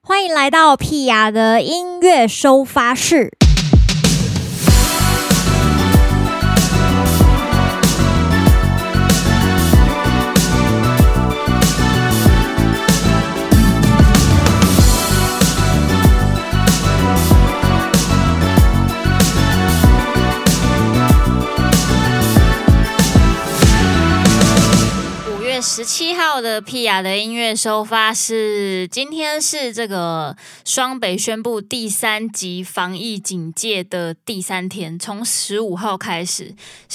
欢迎来到屁雅的音乐收发室。17号的屁雅的音乐收发室，今天是这个双北宣布第3级防疫警戒的第3天，从15号开始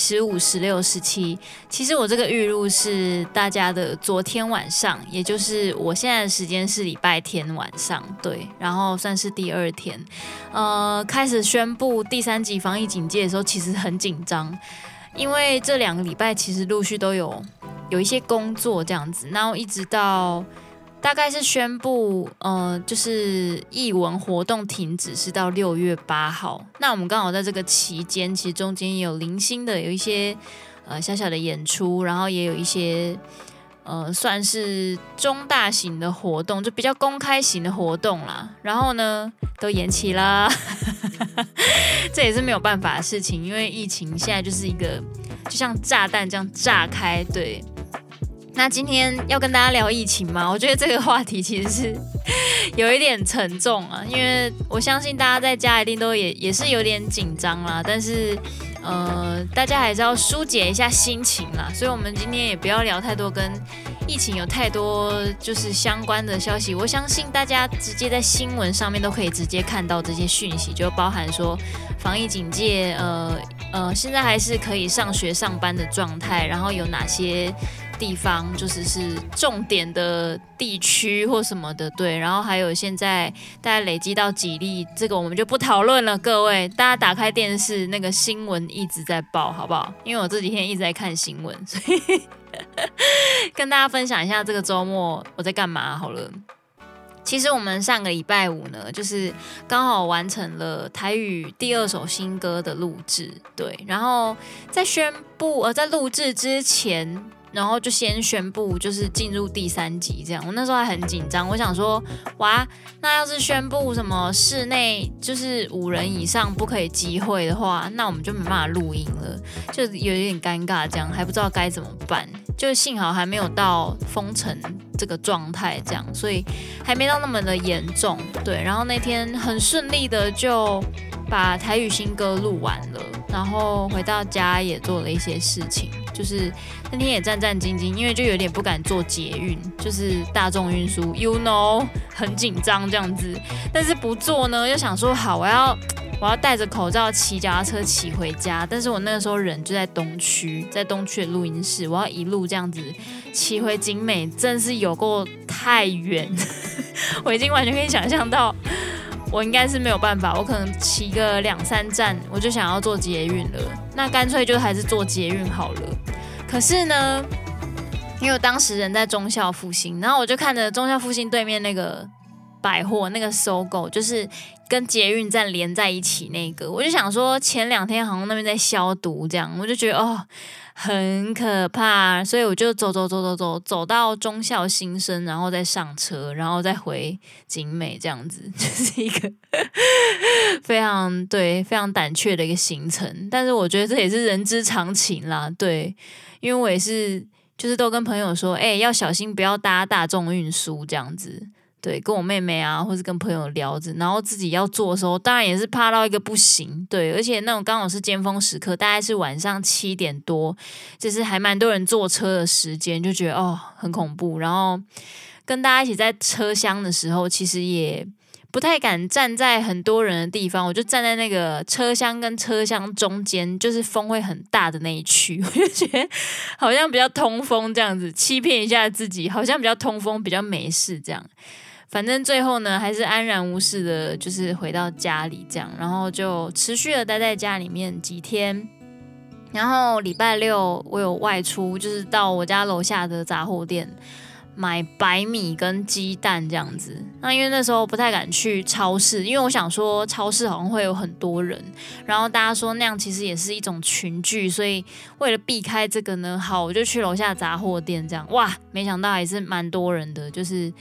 ，15、16、17。其实我这个预录是大家的昨天晚上，也就是我现在的时间是礼拜天晚上，对，然后算是第2天。开始宣布第3级防疫警戒的时候，其实很紧张，因为这2个礼拜其实陆续都有一些工作这样子，然后一直到大概是宣布，就是艺文活动停止是到6月8号。那我们刚好在这个期间，其实中间也有零星的有一些小小的演出，然后也有一些算是中大型的活动，就比较公开型的活动啦。然后呢，都延期啦，这也是没有办法的事情，因为疫情现在就是一个就像炸弹这样炸开，对。那今天要跟大家聊疫情嘛，我觉得这个话题其实是有一点沉重啊，因为我相信大家在家一定都也是有点紧张啦，但是大家还是要疏解一下心情啦，所以我们今天也不要聊太多跟疫情有太多就是相关的消息，我相信大家直接在新闻上面都可以直接看到这些讯息，就包含说防疫警戒，现在还是可以上学上班的状态，然后有哪些地方就是重点的地区或什么的，对，然后还有现在大概累积到几例，这个我们就不讨论了。各位，大家打开电视，那个新闻一直在报，好不好？因为我这几天一直在看新闻，所以跟大家分享一下这个周末我在干嘛好了。其实我们上个礼拜五呢，就是刚好完成了台语第2首新歌的录制，对，然后在宣布在录制之前，然后就先宣布就是进入第3集这样，我那时候还很紧张，我想说哇，那要是宣布什么室内就是5人以上不可以集会的话，那我们就没办法录音了，就有点尴尬这样，还不知道该怎么办，就幸好还没有到封城这个状态这样，所以还没到那么的严重，对，然后那天很顺利的就把台语新歌录完了，然后回到家也做了一些事情，就是那天也战战兢兢，因为就有点不敢坐捷运，就是大众运输 ，you know， 很紧张这样子。但是不坐呢，又想说好，我要戴着口罩骑脚踏车骑回家。但是我那个时候人就在东区，在东区的录音室，我要一路这样子骑回景美，真的是有够太远，我已经完全可以想象到。我应该是没有办法，我可能骑个2、3站，我就想要坐捷运了。那干脆就还是坐捷运好了。可是呢，因为我当时人在忠孝复兴，然后我就看着忠孝复兴对面那个百货那个搜狗，就是跟捷运站连在一起那个，我就想说前2天好像那边在消毒这样，我就觉得很可怕，所以我就走到忠孝新生，然后再上车，然后再回景美这样子，就是一个非常胆怯的一个行程。但是我觉得这也是人之常情啦，对，因为我也是就是都跟朋友说，要小心不要搭大众运输这样子。对，跟我妹妹啊，或是跟朋友聊着，然后自己要做的时候，当然也是怕到一个不行。对，而且那种刚好是尖峰时刻，大概是晚上7点多，就是还蛮多人坐车的时间，就觉得很恐怖。然后跟大家一起在车厢的时候，其实也不太敢站在很多人的地方，我就站在那个车厢跟车厢中间，就是风会很大的那一区，我就觉得好像比较通风这样子，欺骗一下自己，好像比较通风，比较没事这样。反正最后呢，还是安然无事的，就是回到家里这样，然后就持续的待在家里面几天。然后礼拜6我有外出，就是到我家楼下的杂货店买白米跟鸡蛋这样子。那因为那时候不太敢去超市，因为我想说超市好像会有很多人，然后大家说那样其实也是一种群聚，所以为了避开这个呢，好，我就去楼下杂货店这样。哇，没想到还是蛮多人的，就是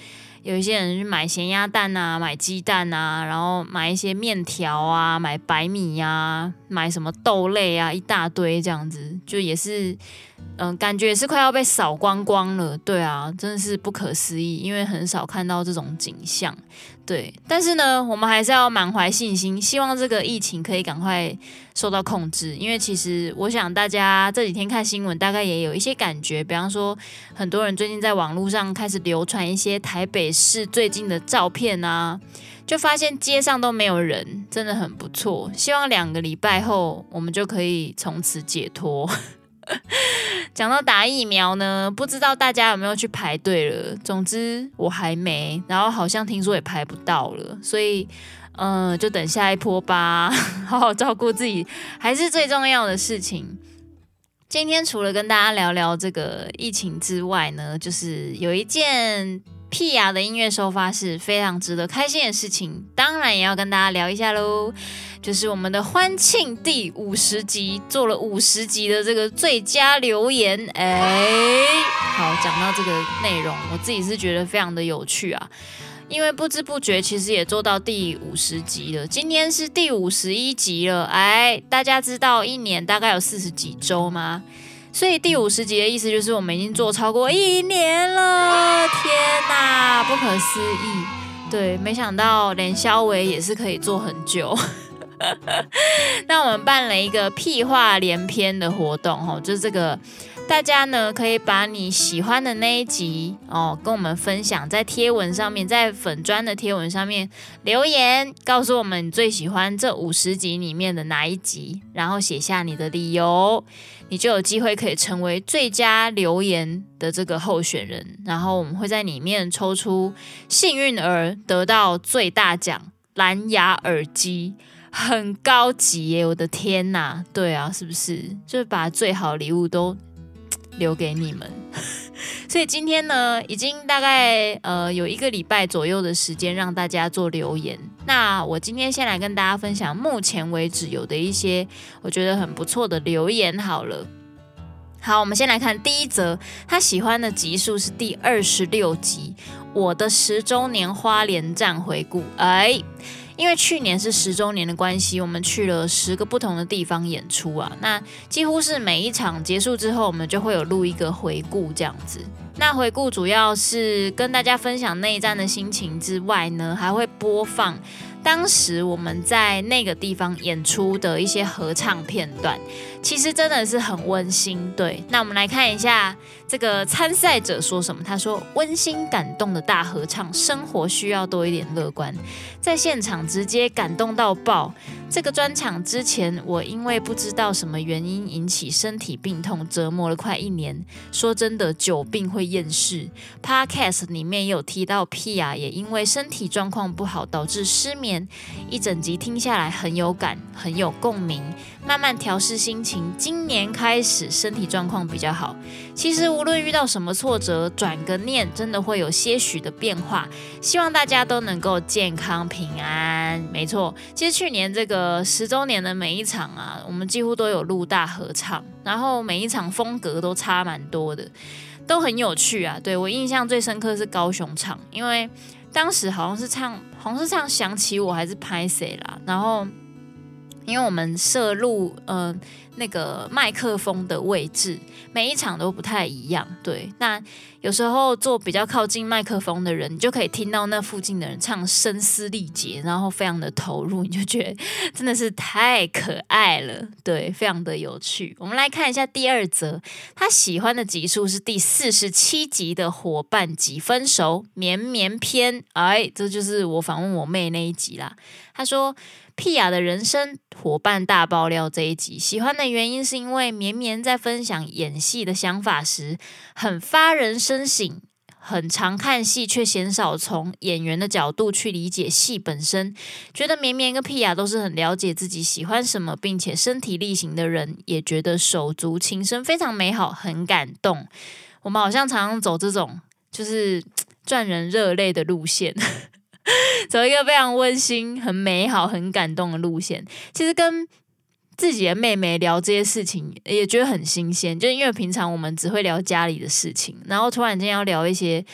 有一些人去买咸鸭蛋啊，买鸡蛋啊，然后买一些面条啊，买白米啊，买什么豆类啊，一大堆这样子，就也是，感觉也是快要被扫光光了。对啊，真的是不可思议，因为很少看到这种景象。对，但是呢，我们还是要满怀信心，希望这个疫情可以赶快受到控制。因为其实我想大家这几天看新闻，大概也有一些感觉，比方说很多人最近在网络上开始流传一些台北市最近的照片啊，就发现街上都没有人，真的很不错。希望2个礼拜后，我们就可以从此解脱。讲到打疫苗呢，不知道大家有没有去排队了？总之我还没，然后好像听说也排不到了，所以就等下一波吧，好好照顾自己还是最重要的事情。今天除了跟大家聊聊这个疫情之外呢，就是有一件屁雅的音乐收发是非常值得开心的事情，当然也要跟大家聊一下咯，就是我们的欢庆第50集做了50集的这个最佳留言。好，讲到这个内容，我自己是觉得非常的有趣啊，因为不知不觉其实也做到第50集了，今天是第51集了。大家知道一年大概有40几周吗？所以第50集的意思就是我们已经做超过1年了，天哪，不可思议！对，没想到连肖维也是可以做很久。那我们办了一个屁话连篇的活动，就是这个大家呢可以把你喜欢的那一集跟我们分享，在贴文上面，在粉专的贴文上面留言，告诉我们你最喜欢这50集里面的哪一集，然后写下你的理由，你就有机会可以成为最佳留言的这个候选人，然后我们会在里面抽出幸运儿，得到最大奖蓝牙耳机。很高级耶，我的天哪！对啊，是不是？就是把最好的礼物都留给你们。所以今天呢，已经大概有1个礼拜左右的时间让大家做留言。那我今天先来跟大家分享目前为止有的一些我觉得很不错的留言好了。好，我们先来看第一则，他喜欢的集数是第26集，我的10周年花莲站回顾。因为去年是10周年的关系，我们去了10个不同的地方演出啊。那几乎是每一场结束之后，我们就会有录一个回顾这样子。那回顾主要是跟大家分享那一站的心情之外呢，还会播放当时我们在那个地方演出的一些合唱片段，其实真的是很温馨。对，那我们来看一下这个参赛者说什么。他说：温馨感动的大合唱，生活需要多一点乐观，在现场直接感动到爆。这个专场之前，我因为不知道什么原因引起身体病痛，折磨了快1年。说真的，久病会厌世。Podcast 里面也有提到Pia也因为身体状况不好导致失眠，一整集听下来很有感，很有共鸣。慢慢调试心情，今年开始身体状况比较好。其实无论遇到什么挫折，转个念真的会有些许的变化。希望大家都能够健康平安。没错，其实去年这个10周年的每一场啊，我们几乎都有录大合唱，然后每一场风格都差蛮多的，都很有趣啊。对，我印象最深刻是高雄场，因为当时好像是唱想起我还是拍谁啦，然后因为我们摄录那个麦克风的位置每一场都不太一样，对，那有时候坐比较靠近麦克风的人，你就可以听到那附近的人唱声嘶力竭，然后非常的投入，你就觉得真的是太可爱了，对，非常的有趣。我们来看一下第2则，他喜欢的集数是第47集的伙伴级分手绵绵篇。这就是我访问我妹那一集啦。他说屁雅的人生伙伴大爆料这一集，喜欢的原因是因为绵绵在分享演戏的想法时很发人深省，很常看戏却鲜少从演员的角度去理解戏本身，觉得绵绵跟屁雅都是很了解自己喜欢什么并且身体力行的人，也觉得手足情深非常美好，很感动。我们好像常常走这种就是赚人热泪的路线走一个非常温馨、很美好、很感动的路线。其实跟自己的妹妹聊这些事情也觉得很新鲜，就因为平常我们只会聊家里的事情，然后突然间要聊一些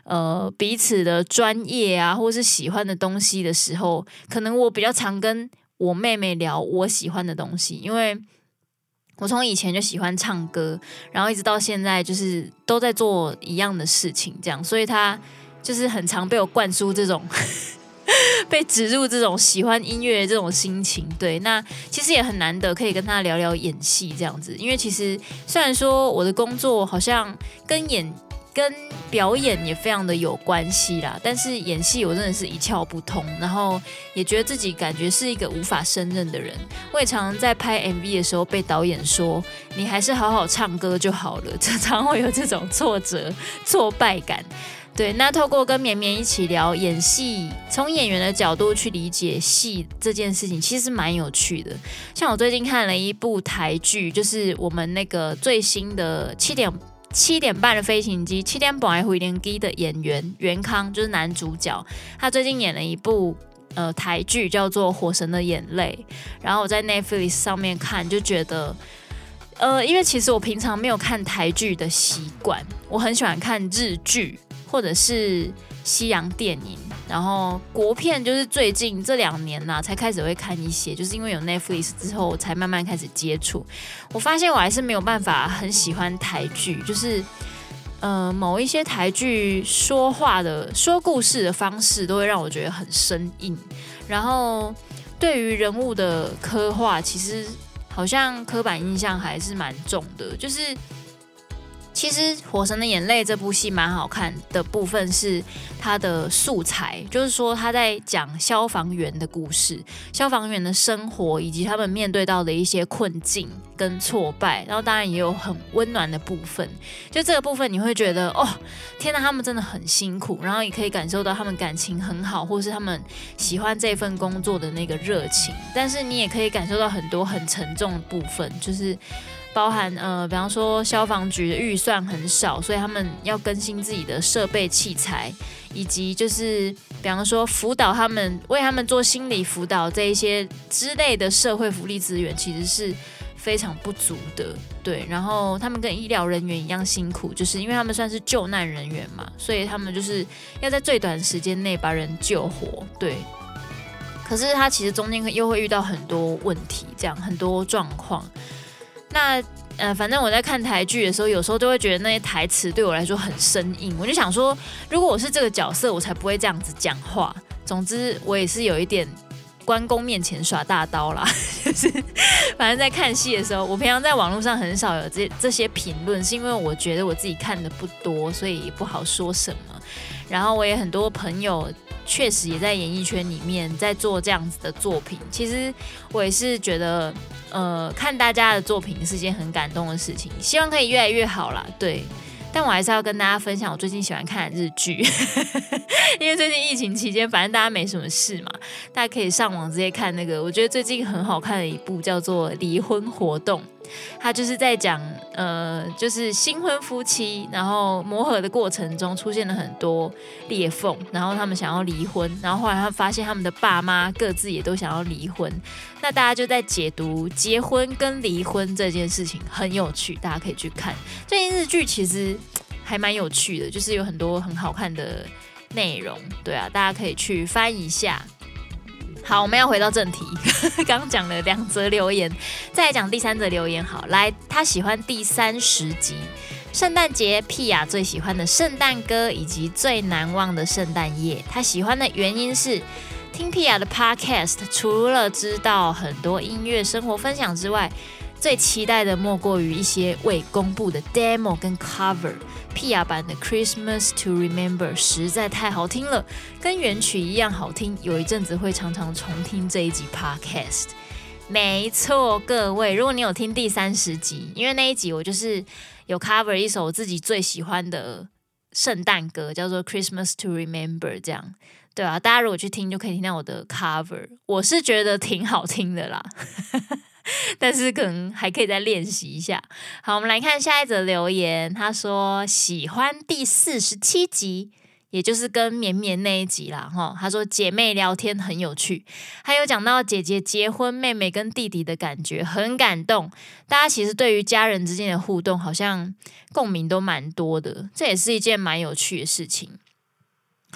彼此的专业啊，或是喜欢的东西的时候，可能我比较常跟我妹妹聊我喜欢的东西，因为我从以前就喜欢唱歌，然后一直到现在就是都在做一样的事情，这样，所以她就是很常被我灌输这种被植入这种喜欢音乐的这种心情。对，那其实也很难得可以跟她聊聊演戏这样子，因为其实虽然说我的工作好像跟表演也非常的有关系啦，但是演戏我真的是一窍不通，然后也觉得自己感觉是一个无法胜任的人。我也常常在拍 MV 的时候被导演说你还是好好唱歌就好了，常常会有这种挫折挫败感。对，那透过跟绵绵一起聊演戏，从演员的角度去理解戏这件事情，其实蛮有趣的。像我最近看了一部台剧，就是我们那个最新的7点半的飞行机，7点半的飞行机的演员袁康就是男主角，他最近演了一部台剧叫做《火神的眼泪》，然后我在 Netflix 上面看就觉得。因为其实我平常没有看台剧的习惯，我很喜欢看日剧或者是西洋电影，然后国片就是最近这2年才开始会看一些，就是因为有 Netflix 之后才慢慢开始接触。我发现我还是没有办法很喜欢台剧，就是某一些台剧说故事的方式都会让我觉得很生硬，然后对于人物的刻画其实好像刻板印象还是蛮重的，就是其实《火神的眼泪》这部戏蛮好看的部分是它的素材，就是说他在讲消防员的故事，消防员的生活以及他们面对到的一些困境跟挫败，然后当然也有很温暖的部分。就这个部分你会觉得哦，天哪，他们真的很辛苦，然后也可以感受到他们感情很好，或是他们喜欢这份工作的那个热情。但是你也可以感受到很多很沉重的部分，就是包含比方说消防局的预算很少，所以他们要更新自己的设备器材，以及就是比方说辅导他们，为他们做心理辅导这一些之类的社会福利资源其实是非常不足的。对，然后他们跟医疗人员一样辛苦，就是因为他们算是救难人员嘛，所以他们就是要在最短时间内把人救活。对，可是他其实中间又会遇到很多问题，这样很多状况。那反正我在看台剧的时候，有时候就会觉得那些台词对我来说很生硬，我就想说，如果我是这个角色，我才不会这样子讲话。总之，我也是有一点关公面前耍大刀啦，就是反正在看戏的时候，我平常在网络上很少有这些评论，是因为我觉得我自己看的不多，所以也不好说什么。然后我也很多朋友确实也在演艺圈里面在做这样子的作品，其实我也是觉得看大家的作品是一件很感动的事情，希望可以越来越好啦。对，但我还是要跟大家分享我最近喜欢看的日剧因为最近疫情期间反正大家没什么事嘛，大家可以上网直接看那个我觉得最近很好看的一部叫做《离婚活动》，他就是在讲就是新婚夫妻然后磨合的过程中出现了很多裂缝，然后他们想要离婚，然后后来他发现他们的爸妈各自也都想要离婚，那大家就在解读结婚跟离婚这件事情，很有趣，大家可以去看。最近日剧其实还蛮有趣的，就是有很多很好看的内容，对啊，大家可以去翻一下。好，我们要回到正题，刚刚讲了2则留言，再来讲第3则留言。好，来，他喜欢第30集圣诞节，屁雅最喜欢的圣诞歌以及最难忘的圣诞夜。他喜欢的原因是听屁雅的 podcast， 除了知道很多音乐生活分享之外，最期待的莫过于一些未公布的 demo 跟 cover。屁雅版的 Christmas to Remember 实在太好听了，跟原曲一样好听，有一阵子会常常重听这一集 podcast。 没错，各位，如果你有听第30集，因为那一集我就是有 cover 一首我自己最喜欢的圣诞歌，叫做 Christmas to Remember， 这样对啊，大家如果去听就可以听到我的 cover， 我是觉得挺好听的啦但是可能还可以再练习一下。好，我们来看下一则留言，他说喜欢第47集，也就是跟绵绵那一集啦。他说姐妹聊天很有趣，还有讲到姐姐结婚，妹妹跟弟弟的感觉很感动。大家其实对于家人之间的互动好像共鸣都蛮多的，这也是一件蛮有趣的事情。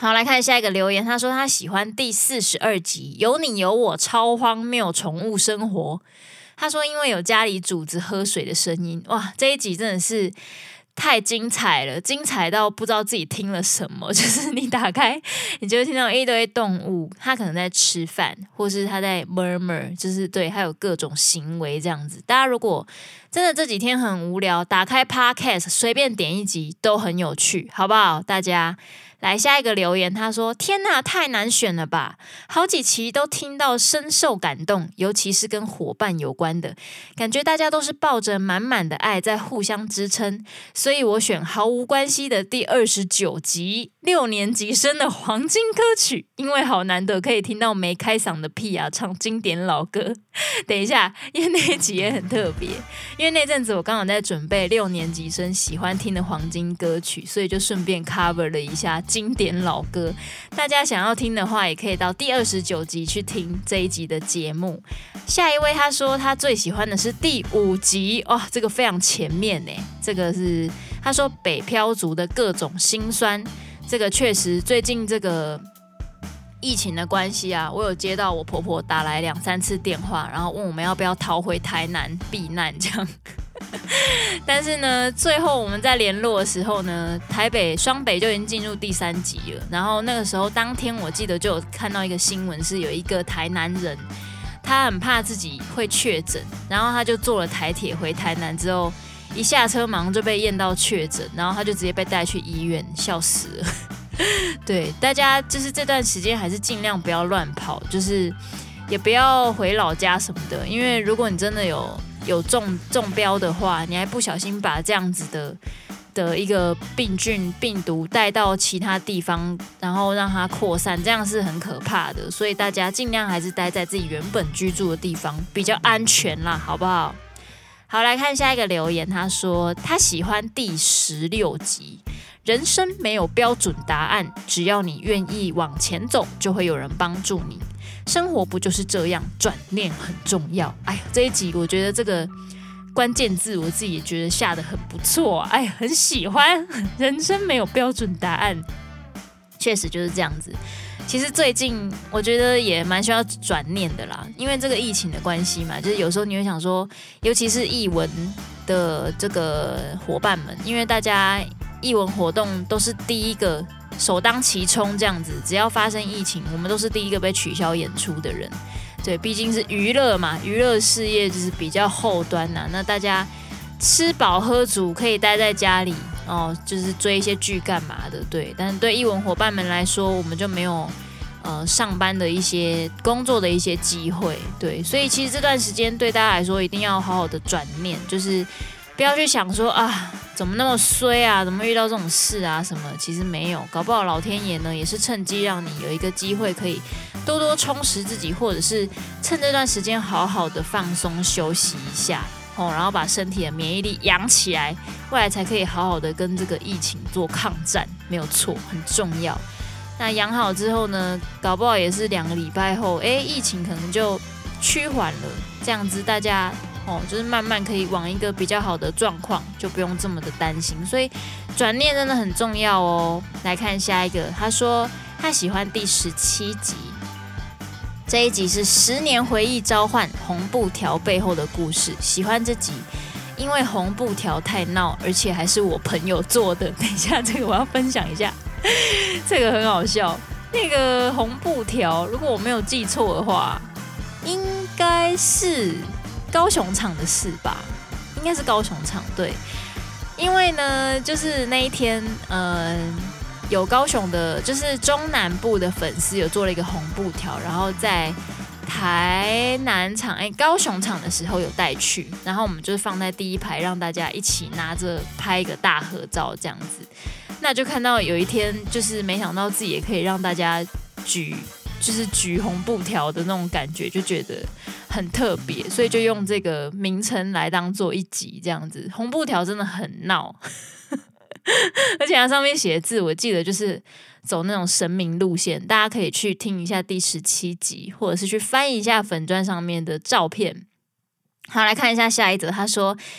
好，来看下一个留言，他说他喜欢第42集有你有我超荒谬宠物生活。他说因为有家里主子喝水的声音，哇，这一集真的是太精彩了，精彩到不知道自己听了什么。就是你打开，你就会听到一堆动物，它可能在吃饭，或是它在 murmur， 就是对，还有各种行为这样子。大家如果真的这几天很无聊，打开 podcast 随便点一集都很有趣，好不好？大家来下一个留言，他说：“天哪，太难选了吧！好几期都听到深受感动，尤其是跟伙伴有关的，感觉大家都是抱着满满的爱在互相支撑，所以我选毫无关系的第29集6年级生的黄金歌曲，因为好难得可以听到没开嗓的屁啊唱经典老歌。等一下，因为那一集也很特别，因为那阵子我刚好在准备6年级生喜欢听的黄金歌曲，所以就顺便 cover 了一下经典老歌。大家想要听的话，也可以到第29集去听这一集的节目。下一位他说他最喜欢的是第5集，哇，这个非常前面耶，这个是他说北漂族的各种辛酸。这个确实最近这个疫情的关系啊，我有接到我婆婆打来2-3次电话，然后问我们要不要逃回台南避难这样。但是呢，最后我们在联络的时候呢，台北双北就已经进入第3集了。然后那个时候当天我记得就有看到一个新闻，是有一个台南人，他很怕自己会确诊，然后他就坐了台铁回台南之后，一下车马上就被验到确诊，然后他就直接被带去医院，笑死了。对，大家就是这段时间还是尽量不要乱跑，就是也不要回老家什么的，因为如果你真的有中标的话，你还不小心把这样子的一个病毒带到其他地方，然后让它扩散，这样是很可怕的。所以大家尽量还是待在自己原本居住的地方比较安全啦，好不好？好，来看下一个留言，他说他喜欢第16集。人生没有标准答案，只要你愿意往前走，就会有人帮助你。生活不就是这样，转念很重要。哎呀，这一集我觉得这个关键字我自己也觉得下得很不错，哎呀，很喜欢。人生没有标准答案，确实就是这样子。其实最近我觉得也蛮需要转念的啦，因为这个疫情的关系嘛，就是有时候你会想说，尤其是艺文的这个伙伴们，因为大家艺文活动都是第一个首当其冲这样子，只要发生疫情，我们都是第一个被取消演出的人。对，毕竟是娱乐嘛，娱乐事业就是比较后端呐。那大家吃饱喝足，可以待在家里哦，就是追一些剧干嘛的，对。但是对艺文伙伴们来说，我们就没有上班的一些工作的一些机会，对。所以其实这段时间对大家来说，一定要好好的转念，就是不要去想说啊，怎么那么衰啊，怎么遇到这种事啊什么？其实没有，搞不好老天爷呢也是趁机让你有一个机会可以多多充实自己，或者是趁这段时间好好的放松休息一下哦，然后把身体的免疫力养起来，未来才可以好好的跟这个疫情做抗战，没有错，很重要。那养好之后呢，搞不好也是2个礼拜后，疫情可能就趋缓了，这样子大家就是慢慢可以往一个比较好的状况，就不用这么的担心。所以转念真的很重要哦。来看下一个，他说他喜欢第17集，这一集是10年回忆召唤红布条背后的故事。喜欢这集，因为红布条太闹，而且还是我朋友做的。等一下，这个我要分享一下，这个很好笑。那个红布条，如果我没有记错的话，应该是高雄场的事吧，应该是高雄场，对。因为呢，就是那一天，有高雄的，就是中南部的粉丝有做了一个红布条，然后在台南场，高雄场的时候有带去，然后我们就是放在第一排，让大家一起拿着拍一个大合照这样子。那就看到有一天，就是没想到自己也可以让大家举红布条的那种感觉，就觉得很特别，所以就用这个名称来当做一集这样子。红布条真的很闹，而且它上面写的字，我记得就是走那种神明路线，大家可以去听一下第17集，或者是去翻一下粉专上面的照片。好，来看一下下一则，他说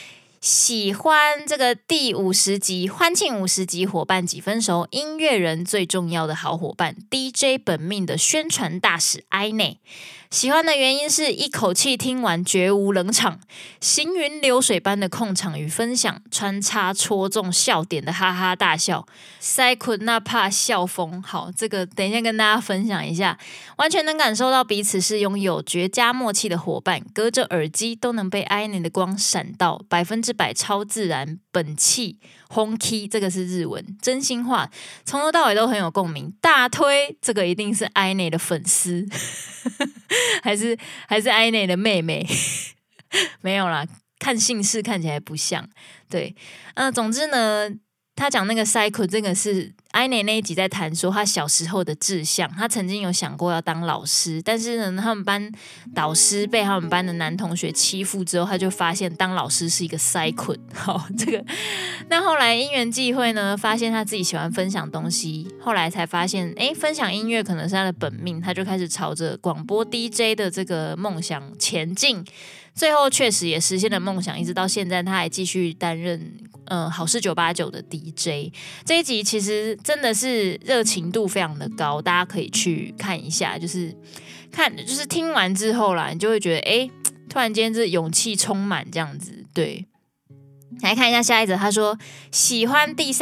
喜欢这个第50集欢庆50集伙伴几分熟，音乐人最重要的好伙伴 DJ 本命的宣传大使 aiine。喜欢的原因是一口气听完绝无冷场，行云流水般的控场与分享，穿插戳中笑点的哈哈大笑，塞捆那怕笑疯。好，这个等一下跟大家分享一下，完全能感受到彼此是拥有绝佳默契的伙伴，隔着耳机都能被 aiine 的光闪到，100%超自然本气honky，这个是日文，真心话，从头到尾都很有共鸣，大推。这个一定是 aiine 的粉丝。还是 aiine 的妹妹。没有啦，看姓氏看起来不像。对，总之呢，他讲那个 cycle 这个是 aiine 那一集在谈说他小时候的志向，他曾经有想过要当老师，但是呢，他们班导师被他们班的男同学欺负之后，他就发现当老师是一个 cycle。好，这个那后来因缘际会呢，发现他自己喜欢分享东西，后来才发现，分享音乐可能是他的本命，他就开始朝着广播 DJ 的这个梦想前进。最后确实也实现了梦想，一直到现在他还继续担任好事989的 DJ。 这一集其实真的是热情度非常的高，大家可以去看一下，就是听完之后啦，你就会觉得突然间这勇气充满这样子。对，来看一下下一则，他说喜欢第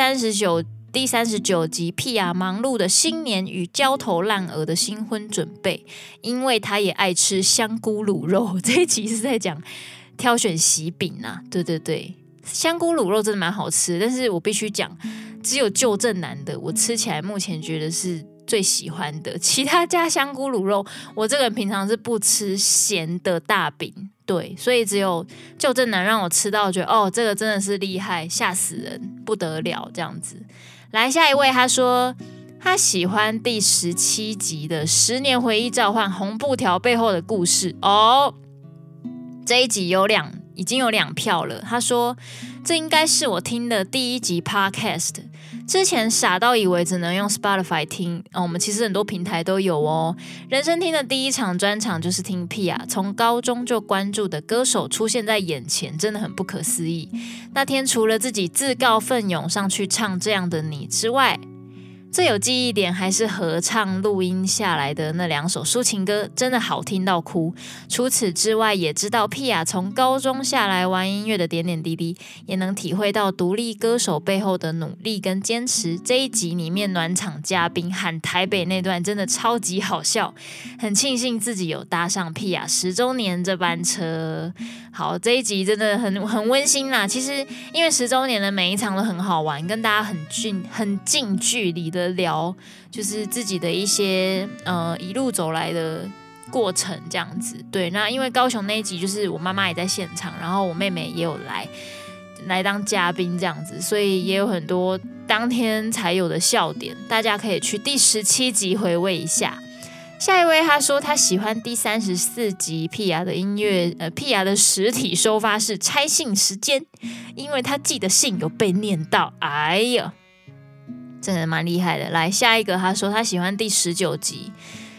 39集屁啊忙碌的新年与焦头烂额的新婚准备，因为他也爱吃香菇卤肉。这一集是在讲挑选喜饼啊，对，香菇卤肉真的蛮好吃，但是我必须讲，只有旧正男的我吃起来目前觉得是最喜欢的，其他加香菇卤肉，我这个人平常是不吃咸的大饼，对，所以只有旧正男让我吃到觉得这个真的是厉害，吓死人，不得了这样子。来下一位，他说他喜欢第17集的10年回忆召唤红布条背后的故事这一集已经有2票了。他说这应该是我听的第1集 podcast， 之前傻到以为只能用 Spotify 听我们其实很多平台都有人生听的第一场专场就是听屁啊，从高中就关注的歌手出现在眼前，真的很不可思议。那天除了自己自告奋勇上去唱这样的你之外，最有记忆点还是合唱录音下来的那2首抒情歌，真的好听到哭。除此之外，也知道屁啊从高中下来玩音乐的点点滴滴，也能体会到独立歌手背后的努力跟坚持。这一集里面暖场嘉宾喊台北那段真的超级好笑，很庆幸自己有搭上屁啊10周年这班车。好，这一集真的很温馨啦。其实因为10周年的每一场都很好玩，跟大家很近距离的聊，就是自己的一些一路走来的过程这样子。对，那因为高雄那一集就是我妈妈也在现场，然后我妹妹也有来当嘉宾这样子，所以也有很多当天才有的笑点，大家可以去第17集回味一下。下一位他说他喜欢第34集屁牙的音乐屁牙的实体收发室拆信时间，因为他寄的信有被念到，哎呀真的蛮厉害的。来下一个，他说他喜欢第19集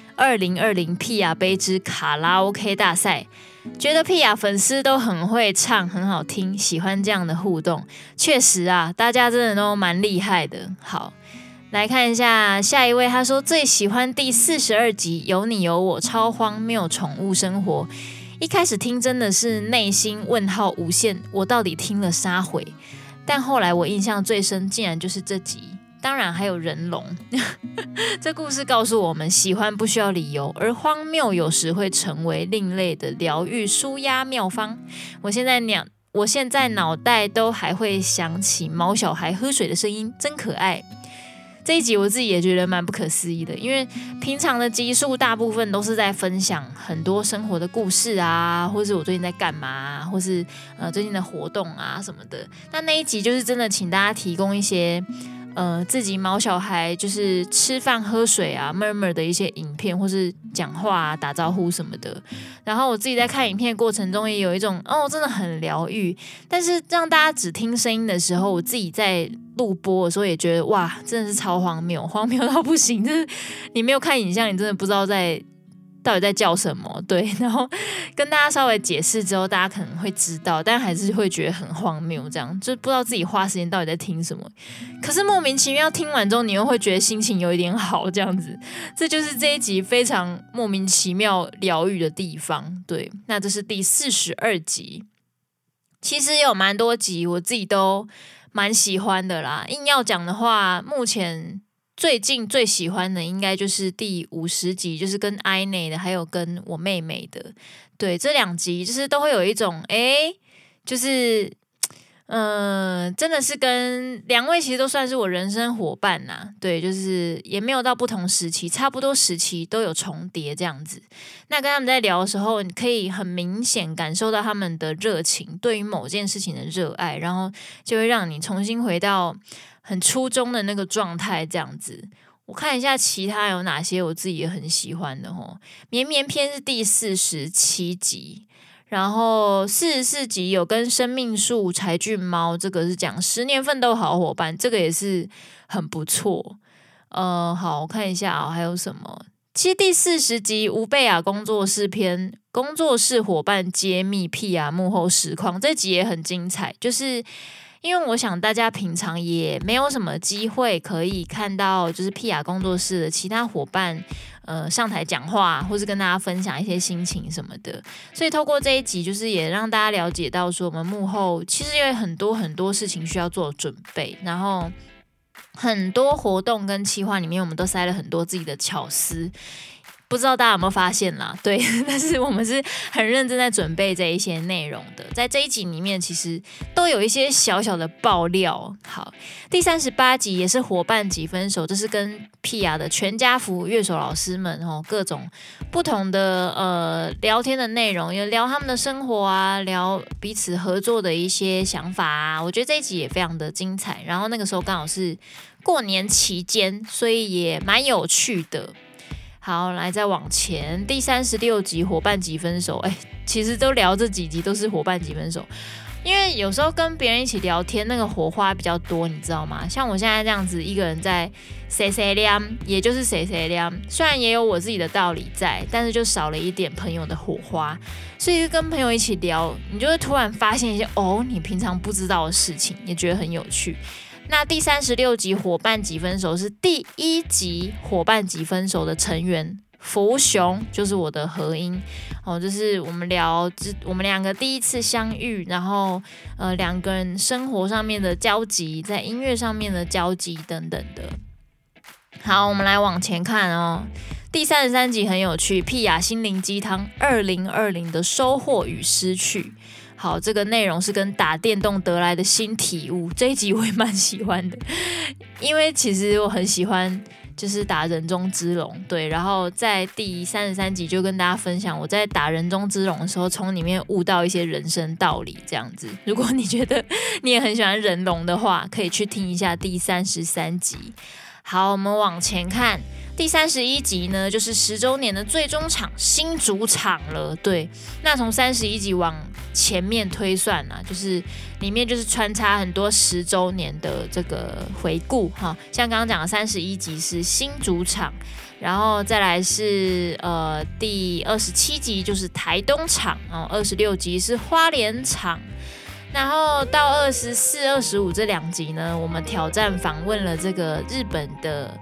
2020屁牙杯之卡拉 OK 大赛，觉得屁牙粉丝都很会唱，很好听，喜欢这样的互动。确实啊，大家真的都蛮厉害的。好，来看一下下一位，他说最喜欢第42集有你有我超荒谬宠物生活。一开始听真的是内心问号无限，我到底听了啥回？但后来我印象最深竟然就是这集，当然还有人龙。这故事告诉我们，喜欢不需要理由，而荒谬有时会成为另类的疗愈舒压妙方。我现在脑袋都还会想起毛小孩喝水的声音，真可爱。这一集我自己也觉得蛮不可思议的，因为平常的集数大部分都是在分享很多生活的故事啊，或是我最近在干嘛啊，或是最近的活动啊什么的。那一集就是真的请大家提供一些自己毛小孩就是吃饭喝水啊 murmur 的一些影片，或是讲话啊打招呼什么的。然后我自己在看影片的过程中也有一种真的很疗愈，但是让大家只听声音的时候，我自己在录播的时候也觉得哇真的是超荒谬到不行，就是你没有看影像你真的不知道在到底在叫什么？对，然后跟大家稍微解释之后，大家可能会知道，但还是会觉得很荒谬，这样就不知道自己花时间到底在听什么。可是莫名其妙听完之后，你又会觉得心情有一点好，这样子，这就是这一集非常莫名其妙疗愈的地方。对，那这是第42集，其实有蛮多集我自己都蛮喜欢的啦。硬要讲的话，目前最近最喜欢的应该就是第50集，就是跟 INE 的，还有跟我妹妹的。对，这2集就是都会有一种就是真的是跟2位其实都算是我人生伙伴呐。对，就是也没有到不同时期，差不多时期都有重叠这样子。那跟他们在聊的时候，你可以很明显感受到他们的热情，对于某件事情的热爱，然后就会让你重新回到很初衷的那个状态这样子。我看一下其他有哪些我自己也很喜欢的齁。绵绵篇是第47集，然后44集有跟生命树、柴郡猫，这个是讲10年奋斗好伙伴，这个也是很不错。好，我看一下还有什么。其实第40集吴贝亚工作室篇，工作室伙伴揭秘屁雅幕后实况，这集也很精彩。就是因为我想大家平常也没有什么机会可以看到，就是屁雅工作室的其他伙伴上台讲话，或是跟大家分享一些心情什么的。所以透过这一集，就是也让大家了解到说，我们幕后其实有很多很多事情需要做准备，然后很多活动跟企划里面，我们都塞了很多自己的巧思，不知道大家有没有发现啦？对，但是我们是很认真在准备这一些内容的。在这一集里面，其实都有一些小小的爆料。好，第38集也是伙伴几分熟，这是跟屁雅的全家福乐手老师们各种不同的聊天的内容，有聊他们的生活啊，聊彼此合作的一些想法啊。我觉得这一集也非常的精彩。然后那个时候刚好是过年期间，所以也蛮有趣的。好，来再往前，第36集伙伴几分熟，其实都聊这几集都是伙伴几分熟，因为有时候跟别人一起聊天，那个火花比较多，你知道吗？像我现在这样子一个人在谁谁亮，也就是谁谁亮，虽然也有我自己的道理在，但是就少了一点朋友的火花，所以跟朋友一起聊，你就会突然发现一些你平常不知道的事情，也觉得很有趣。那第36集伙伴几分熟是第1集伙伴几分熟的成员福雄，就是我的合音就是我们聊我们2个第一次相遇，然后2个人生活上面的交集，在音乐上面的交集等等的。好，我们来往前看第33集很有趣，屁雅心灵鸡汤2020的收获与失去。好，这个内容是跟打电动得来的新体悟，这一集我也蛮喜欢的，因为其实我很喜欢就是打人中之龙，对，然后在第33集就跟大家分享我在打人中之龙的时候，从里面悟到一些人生道理，这样子。如果你觉得你也很喜欢人龙的话，可以去听一下第33集。好，我们往前看。第31集呢，就是10周年的最终场，新主场了。对，那从31集往前面推算啊，就是里面就是穿插很多10周年的这个回顾哈。像刚刚讲的31集是新主场，然后再来是第27集就是台东场，26集是花莲场。然后到24、25这2集呢，我们挑战访问了这个日本的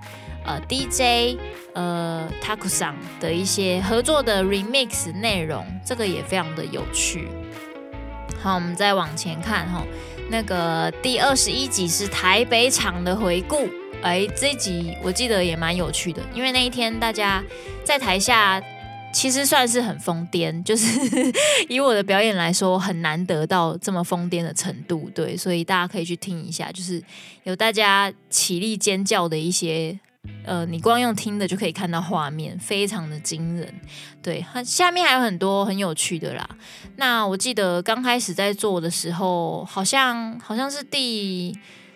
DJ Taku-san 的一些合作的 remix 内容，这个也非常的有趣。好，我们再往前看那个第21集是台北场的回顾，这一集我记得也蛮有趣的，因为那一天大家在台下其实算是很疯癫，就是以我的表演来说，很难得到这么疯癫的程度，对，所以大家可以去听一下，就是有大家起立尖叫的一些，你光用听的就可以看到画面，非常的惊人，对，下面还有很多很有趣的啦。那我记得刚开始在做的时候，好像是第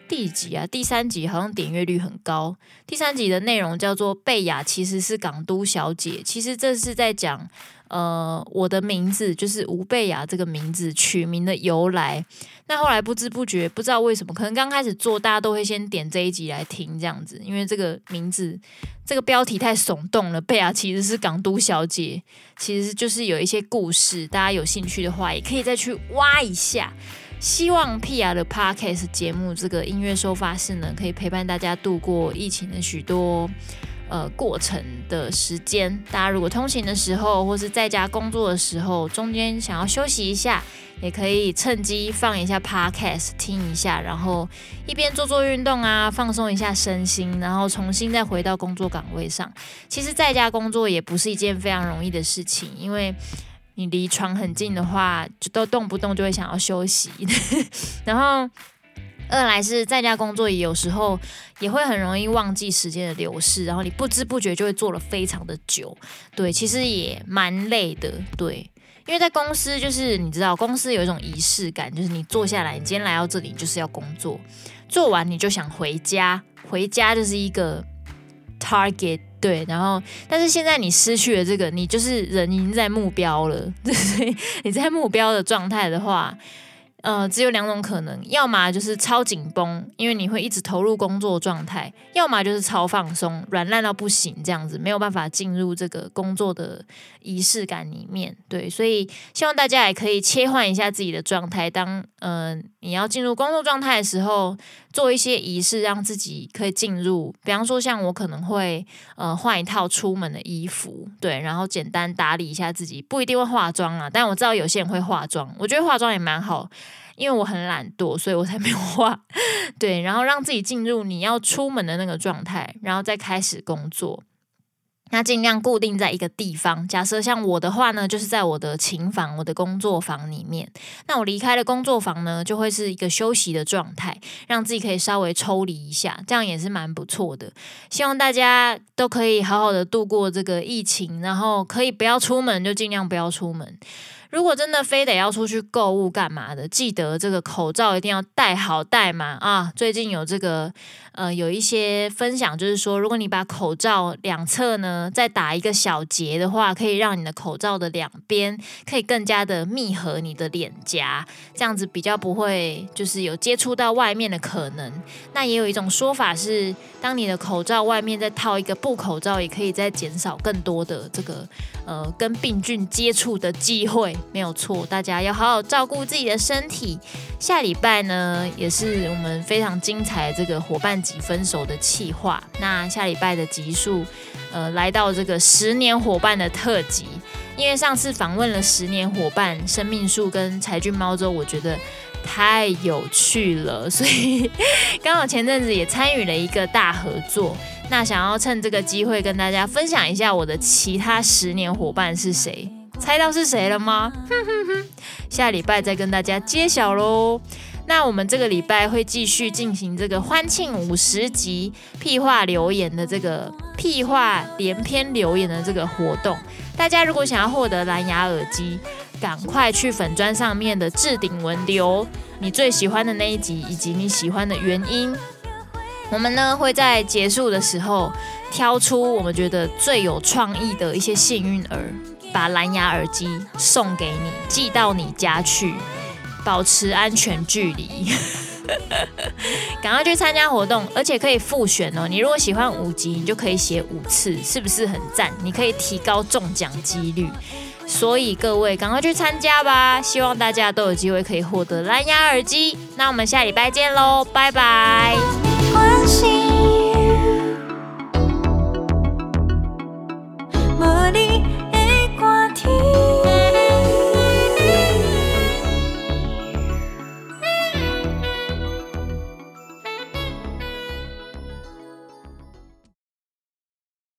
第几啊？第3集好像点阅率很高。第3集的内容叫做贝雅其实是港都小姐，其实这是在讲我的名字就是吴贝雅这个名字取名的由来。那后来不知不觉，不知道为什么，可能刚开始做大家都会先点这一集来听这样子，因为这个名字这个标题太耸动了。贝雅其实是港都小姐，其实就是有一些故事，大家有兴趣的话也可以再去挖一下。希望 Pia 的 Podcast 节目这个音乐收发室呢，可以陪伴大家度过疫情的许多过程的时间。大家如果通勤的时候，或是在家工作的时候，中间想要休息一下，也可以趁机放一下 Podcast 听一下，然后一边做运动啊，放松一下身心，然后重新再回到工作岗位上。其实在家工作也不是一件非常容易的事情，因为你离床很近的话，就都动不动就会想要休息。然后二来是在家工作，也有时候也会很容易忘记时间的流逝，然后你不知不觉就会做了非常的久。对，其实也蛮累的。对，因为在公司就是你知道，公司有一种仪式感，就是你坐下来，你今天来到这里，你就是要工作，做完你就想回家，回家就是一个 target。对，然后但是现在你失去了这个，你就是人已经在目标了，所以你在目标的状态的话，只有2种可能，要么就是超紧绷，因为你会一直投入工作状态；要么就是超放松，软烂到不行，这样子没有办法进入这个工作的仪式感里面。对，所以希望大家也可以切换一下自己的状态，当你要进入工作状态的时候，做一些仪式，让自己可以进入。比方说，像我可能会换一套出门的衣服，对，然后简单打理一下自己，不一定会化妆啊，但我知道有些人会化妆，我觉得化妆也蛮好。因为我很懒惰，所以我才没有画。对，然后让自己进入你要出门的那个状态，然后再开始工作。那尽量固定在一个地方，假设像我的话呢，就是在我的琴房、我的工作房里面。那我离开了工作房呢，就会是一个休息的状态，让自己可以稍微抽离一下，这样也是蛮不错的。希望大家都可以好好的度过这个疫情，然后可以不要出门就尽量不要出门。如果真的非得要出去购物干嘛的，记得这个口罩一定要戴好戴满啊！最近有这个有一些分享，就是说，如果你把口罩两侧呢再打一个小结的话，可以让你的口罩的两边可以更加的密合你的脸颊，这样子比较不会就是有接触到外面的可能。那也有一种说法是，当你的口罩外面再套一个布口罩，也可以再减少更多的这个跟病菌接触的机会。没有错，大家要好好照顾自己的身体。下礼拜呢，也是我们非常精彩的这个伙伴级分手的企划。那下礼拜的集数，来到这个10年伙伴的特辑。因为上次访问了10年伙伴生命树跟柴郡猫之后，我觉得太有趣了，所以刚好前阵子也参与了一个大合作。那想要趁这个机会跟大家分享一下我的其他10年伙伴是谁。猜到是谁了吗？下礼拜再跟大家揭晓咯。那我们这个礼拜会继续进行这个欢庆50集屁话留言的这个屁话连篇留言的这个活动。大家如果想要获得蓝牙耳机，赶快去粉专上面的置顶文留你最喜欢的那一集以及你喜欢的原因。我们呢会在结束的时候挑出我们觉得最有创意的一些幸运儿，把蓝牙耳机送给你，寄到你家去，保持安全距离。赶快去参加活动，而且可以复选哦。你如果喜欢5集，你就可以写5次，是不是很赞？你可以提高中奖几率。所以各位赶快去参加吧，希望大家都有机会可以获得蓝牙耳机。那我们下礼拜见咯，拜拜。关心